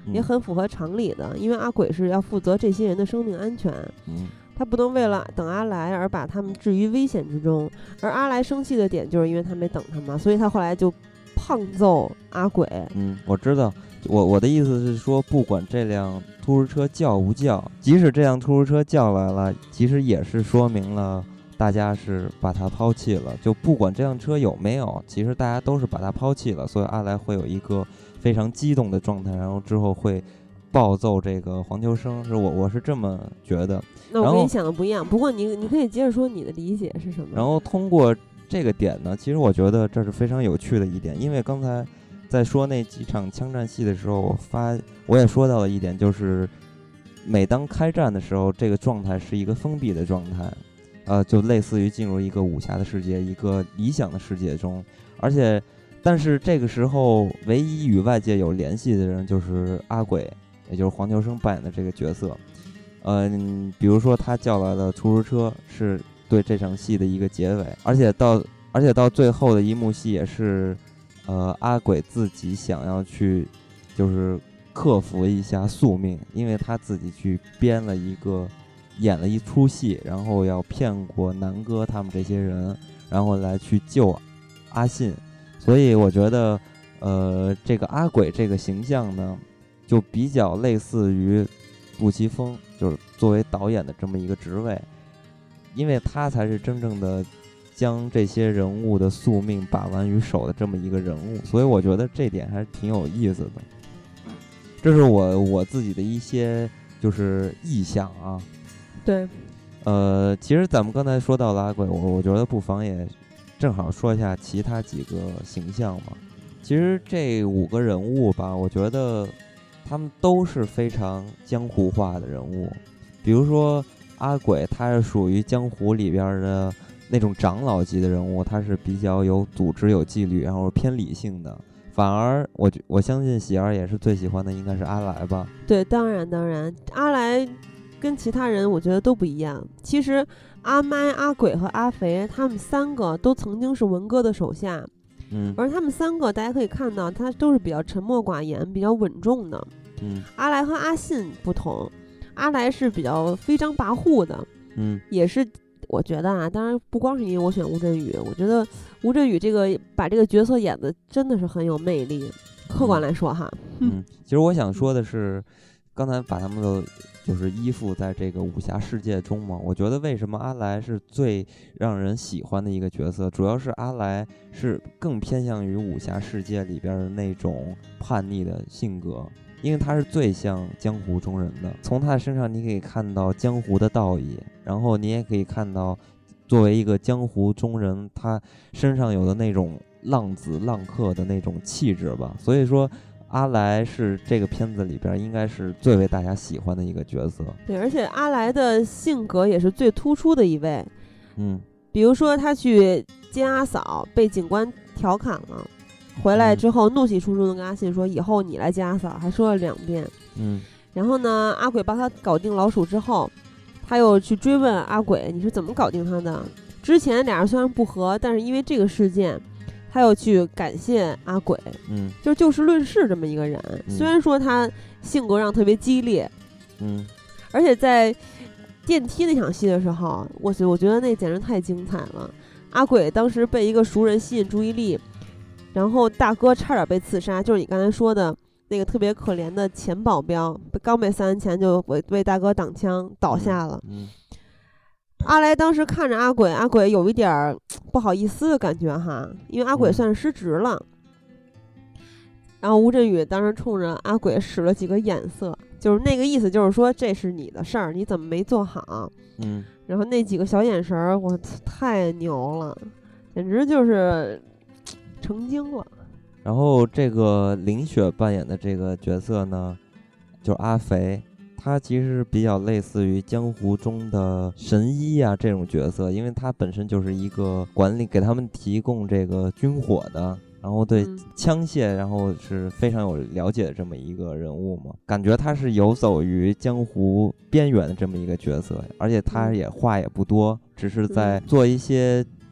也很符合常理的，因为阿鬼是要负责这些人的生命安全。他不能为了等阿来而把他们置于危险之中，而阿来生气的点就是因为他没等他嘛，所以他后来就胖揍阿鬼。 我知道，我的意思是说，不管这辆出租车叫不叫，即使这辆出租车叫来了，其实也是说明了大家是把它抛弃了。就不管这辆车有没有，其实大家都是把它抛弃了，所以阿来会有一个非常激动的状态，然后之后会暴揍这个黄秋生，我是这么觉得。 那我跟你想的不一样，不过你可以接着说你的理解是什么。 然后通过这个点呢，其实我觉得这是非常有趣的一点，因为刚才在说那几场枪战戏的时候，我也说到了一点，就是每当开战的时候，这个状态是一个封闭的状态，就类似于进入一个武侠的世界，一个理想的世界中，但是这个时候唯一与外界有联系的人就是阿鬼，也就是黄秋生扮演的这个角色。比如说他叫来了出租车，是对这场戏的一个结尾，而且到最后的一幕戏也是，阿鬼自己想要去，就是克服一下宿命，因为他自己去演了一出戏，然后要骗过南哥他们这些人，然后来去救阿信。所以我觉得，这个阿鬼这个形象呢，就比较类似于杜琪峰，就是作为导演的这么一个职位，因为他才是真正的将这些人物的宿命把玩于手的这么一个人物，所以我觉得这点还是挺有意思的。这是我自己的一些就是意向啊。 对， 其实咱们刚才说到了阿鬼，我觉得不妨也正好说一下其他几个形象嘛。其实这5个人物吧，我觉得他们都是非常江湖化的人物。比如说阿鬼，他是属于江湖里边的那种长老级的人物，他是比较有组织有纪律，然后偏理性的。反而我相信喜儿也是最喜欢的应该是阿来吧。 对，当然阿来跟其他人我觉得都不一样。其实阿麦、阿鬼和阿肥他们3个都曾经是文哥的手下，而他们3个大家可以看到他都是比较沉默寡言比较稳重的。阿来和阿信不同，阿来是比较飞张跋扈的，也是我觉得啊，当然不光是因为我选吴镇宇，我觉得吴镇宇把这个角色演的真的是很有魅力，客观来说哈。 其实我想说的是，刚才把他们的就是依附在这个武侠世界中嘛，我觉得为什么阿来是最让人喜欢的一个角色，主要是阿来是更偏向于武侠世界里边的那种叛逆的性格，因为他是最像江湖中人的，从他的身上你可以看到江湖的道义，然后你也可以看到作为一个江湖中人他身上有的那种浪子浪客的那种气质吧。所以说阿来是这个片子里边应该是最为大家喜欢的一个角色。 对，而且阿来的性格也是最突出的一位。比如说他去接阿嫂被警官调侃了，回来之后怒气冲冲的跟阿信说以后你来接阿嫂，还说了2遍。然后呢阿鬼帮他搞定老鼠之后，他又去追问阿鬼你是怎么搞定他的。之前俩人虽然不和，但是因为这个事件他又去感谢阿鬼，就事论事这么一个人。虽然说他性格上特别激烈，而且在电梯那场戏的时候，我觉得那简直太精彩了。阿鬼当时被一个熟人吸引注意力，然后大哥差点被刺杀，就是你刚才说的那个特别可怜的前保镖，刚被3完钱就为大哥挡枪倒下了。阿来当时看着阿鬼有一点不好意思的感觉哈，因为阿鬼算是失职了。然后吴镇宇当时冲着阿鬼使了几个眼色，就是那个意思，就是说这是你的事儿，你怎么没做好？然后那几个小眼神儿，我太牛了，简直就是成精了。 然后这个林雪扮演的这个角色呢，就是阿肥。他其实比较类似于江湖中的神医啊这种角色，因为他本身就是一个管理给他们提供这个军火的，然后对枪械然后是非常有了解的这么一个人物嘛，感觉他是游走于江湖边缘的这么一个角色，而且他也话也不多，只是在做一些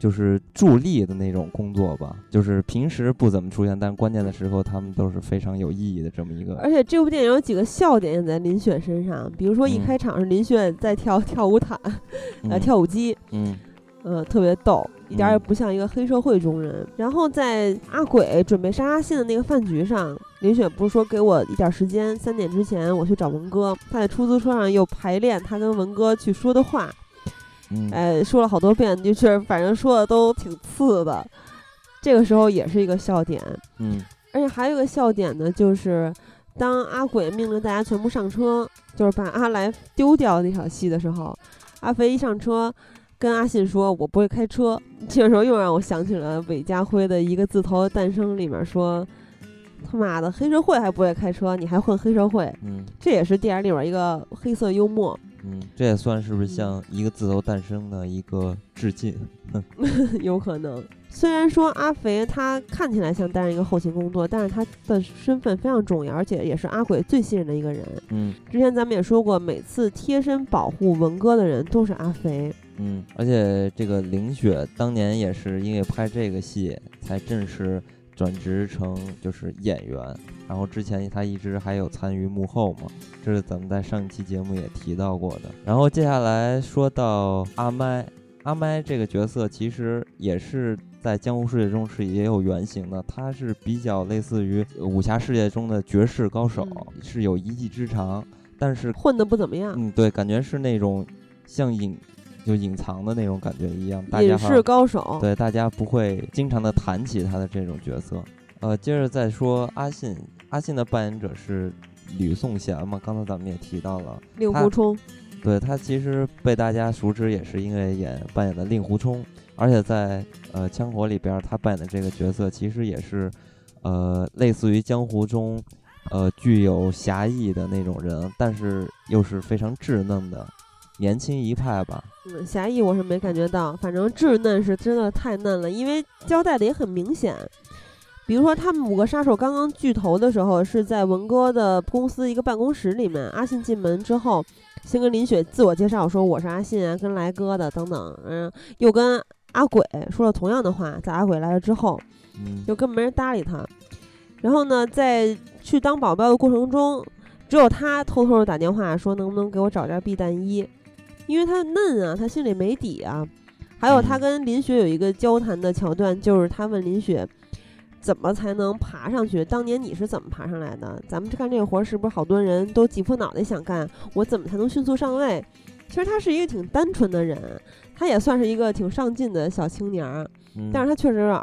就是助力的那种工作吧，就是平时不怎么出现，但是关键的时候他们都是非常有意义的这么一个。 而且这部电影有几个笑点也在林雪身上，比如说一开场是林雪在跳舞毯，跳舞机，特别逗，一点也不像一个黑社会中人。然后在阿鬼准备杀阿信的那个饭局上，林雪不是说给我一点时间，3点之前我去找文哥，他在出租车上又排练他跟文哥去说的话，说了好多遍，就是反正说的都挺刺的，这个时候也是一个笑点。而且还有一个笑点呢，就是当阿鬼命令大家全部上车，就是把阿来丢掉那场戏的时候，阿飞一上车跟阿信说我不会开车，这个时候又让我想起了韦家辉的《一个字头的诞生》里面说，他妈的黑社会还不会开车，你还混黑社会。这也是电影里面一个黑色幽默。 这也算是不是向一个字头诞生的一个致敬？ 有可能。虽然说阿肥他看起来像担任一个后勤工作，但是他的身份非常重要，而且也是阿鬼最信任的一个人。之前咱们也说过，每次贴身保护文哥的人都是阿肥。 而且这个凌雪当年也是因为拍这个戏才正式转职成就是演员，然后之前他一直还有参与幕后嘛，这是咱们在上一期节目也提到过的。然后接下来说到阿麦这个角色，其实也是在江湖世界中是也有原型的，他是比较类似于武侠世界中的绝世高手，是有一技之长，但是混得不怎么样。 对，感觉是那种像隐藏的那种感觉一样，大家隐士高手。 对，大家不会经常的谈起他的这种角色。接着再说阿信的扮演者是吕颂贤嘛，刚才咱们也提到了令狐冲。 对，他其实被大家熟知也是因为扮演的令狐冲，而且在枪火里边他扮演的这个角色其实也是类似于江湖中具有侠义的那种人，但是又是非常稚嫩的年轻一派吧。 侠义我是没感觉到，反正稚嫩是真的太嫩了，因为交代的也很明显。比如说他们5个杀手刚刚聚头的时候，是在文哥的公司一个办公室里面，阿信进门之后先跟林雪自我介绍说我是阿信啊，跟来哥的等等，又跟阿鬼说了同样的话，在阿鬼来了之后就根本没人搭理他。然后呢在去当保镖的过程中，只有他偷偷的打电话说能不能给我找件避弹衣，因为他嫩啊，他心里没底啊。还有他跟林雪有一个交谈的桥段，就是他问林雪怎么才能爬上去，当年你是怎么爬上来的，咱们干这个活是不是好多人都挤破脑袋想干，我怎么才能迅速上位。其实他是一个挺单纯的人，他也算是一个挺上进的小青年，但是他确实有点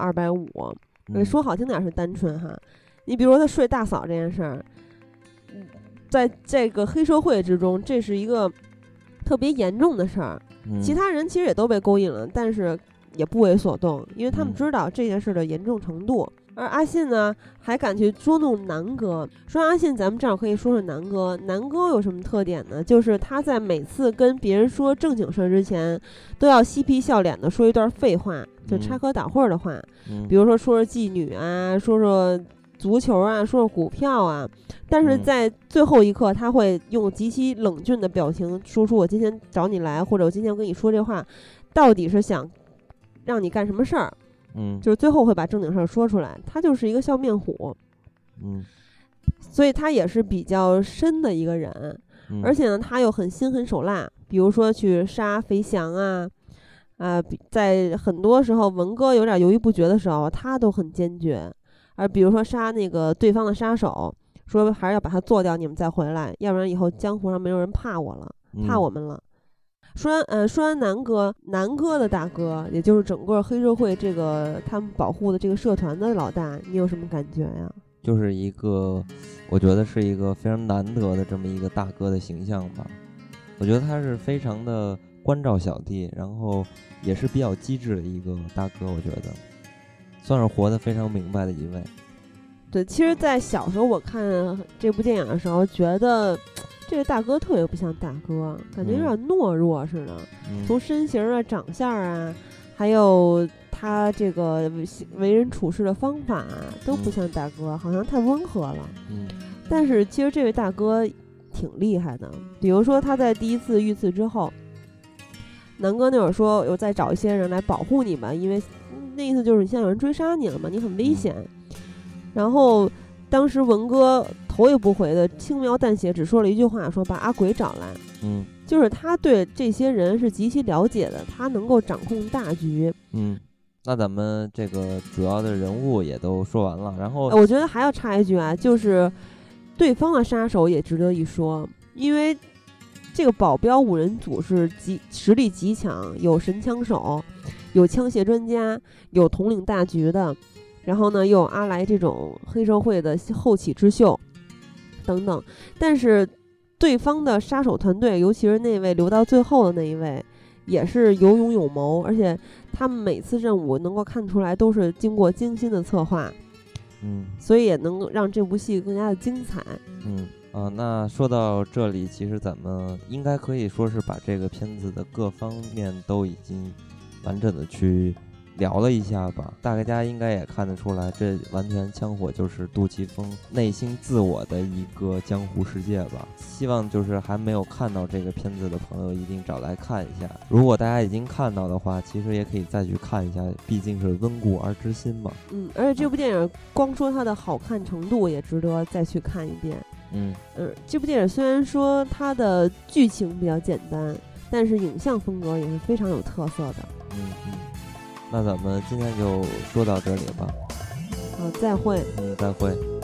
250，说好听点是单纯哈。你比如说他睡大嫂这件事儿，在这个黑社会之中，这是一个特别严重的事儿。其他人其实也都被勾引了，但是也不为所动，因为他们知道这件事的严重程度。而阿信呢，还敢去捉弄南哥。说阿信，咱们这儿可以说说南哥。南哥有什么特点呢？就是他在每次跟别人说正经事之前，都要嬉皮笑脸的说一段废话，就插科打诨的话。比如说说妓女啊，说说足球啊，说说股票啊。但是在最后一刻，他会用极其冷峻的表情说出我今天找你来，或者我今天跟你说这话，到底是想让你干什么事儿。就是最后会把正经事儿说出来，他就是一个笑面虎。所以他也是比较深的一个人。而且呢他又很心狠手辣，比如说去杀肥翔啊，在很多时候文哥有点犹豫不决的时候，他都很坚决。而比如说杀那个对方的杀手，说还是要把他做掉，你们再回来，要不然以后江湖上没有人怕我们了。说完南哥的大哥，也就是整个黑社会这个他们保护的这个社团的老大，你有什么感觉呀？ 就是一个，我觉得是一个非常难得的这么一个大哥的形象吧。我觉得他是非常的关照小弟，然后也是比较机智的一个大哥，我觉得算是活得非常明白的一位。 对，其实在小时候我看这部电影的时候，觉得这个大哥特别不像大哥，感觉有点懦弱似的。从身形啊、长相啊，还有他这个为人处事的方法啊，都不像大哥，好像太温和了。但是其实这位大哥挺厉害的，比如说他在第一次遇刺之后， 南哥那会儿说我再找一些人来保护你吧，因为那意思就是现在有人追杀你了嘛，你很危险。然后当时文哥头也不回的轻描淡写只说了一句话，说把阿鬼找来。就是他对这些人是极其了解的，他能够掌控大局。 那咱们这个主要的人物也都说完了，然后我觉得还要插一句啊，就是对方的杀手也值得一说，因为这个保镖5人组是实力极强，有神枪手，有枪械专家，有统领大局的，然后呢又有阿来这种黑社会的后起之秀等等。但是对方的杀手团队，尤其是那位留到最后的那一位，也是有勇有谋，而且他们每次任务能够看出来都是经过精心的策划，所以也能让这部戏更加的精彩。 那说到这里，其实咱们应该可以说是把这个片子的各方面都已经完整的去聊了一下吧。大家应该也看得出来，这完全枪火就是杜琪峰内心自我的一个江湖世界吧。希望就是还没有看到这个片子的朋友一定找来看一下，如果大家已经看到的话，其实也可以再去看一下，毕竟是温故而知新嘛。 而且这部电影光说它的好看程度也值得再去看一遍。这部电影虽然说它的剧情比较简单，但是影像风格也是非常有特色的。 那咱们今天就说到这里吧。 好，再会。 再会。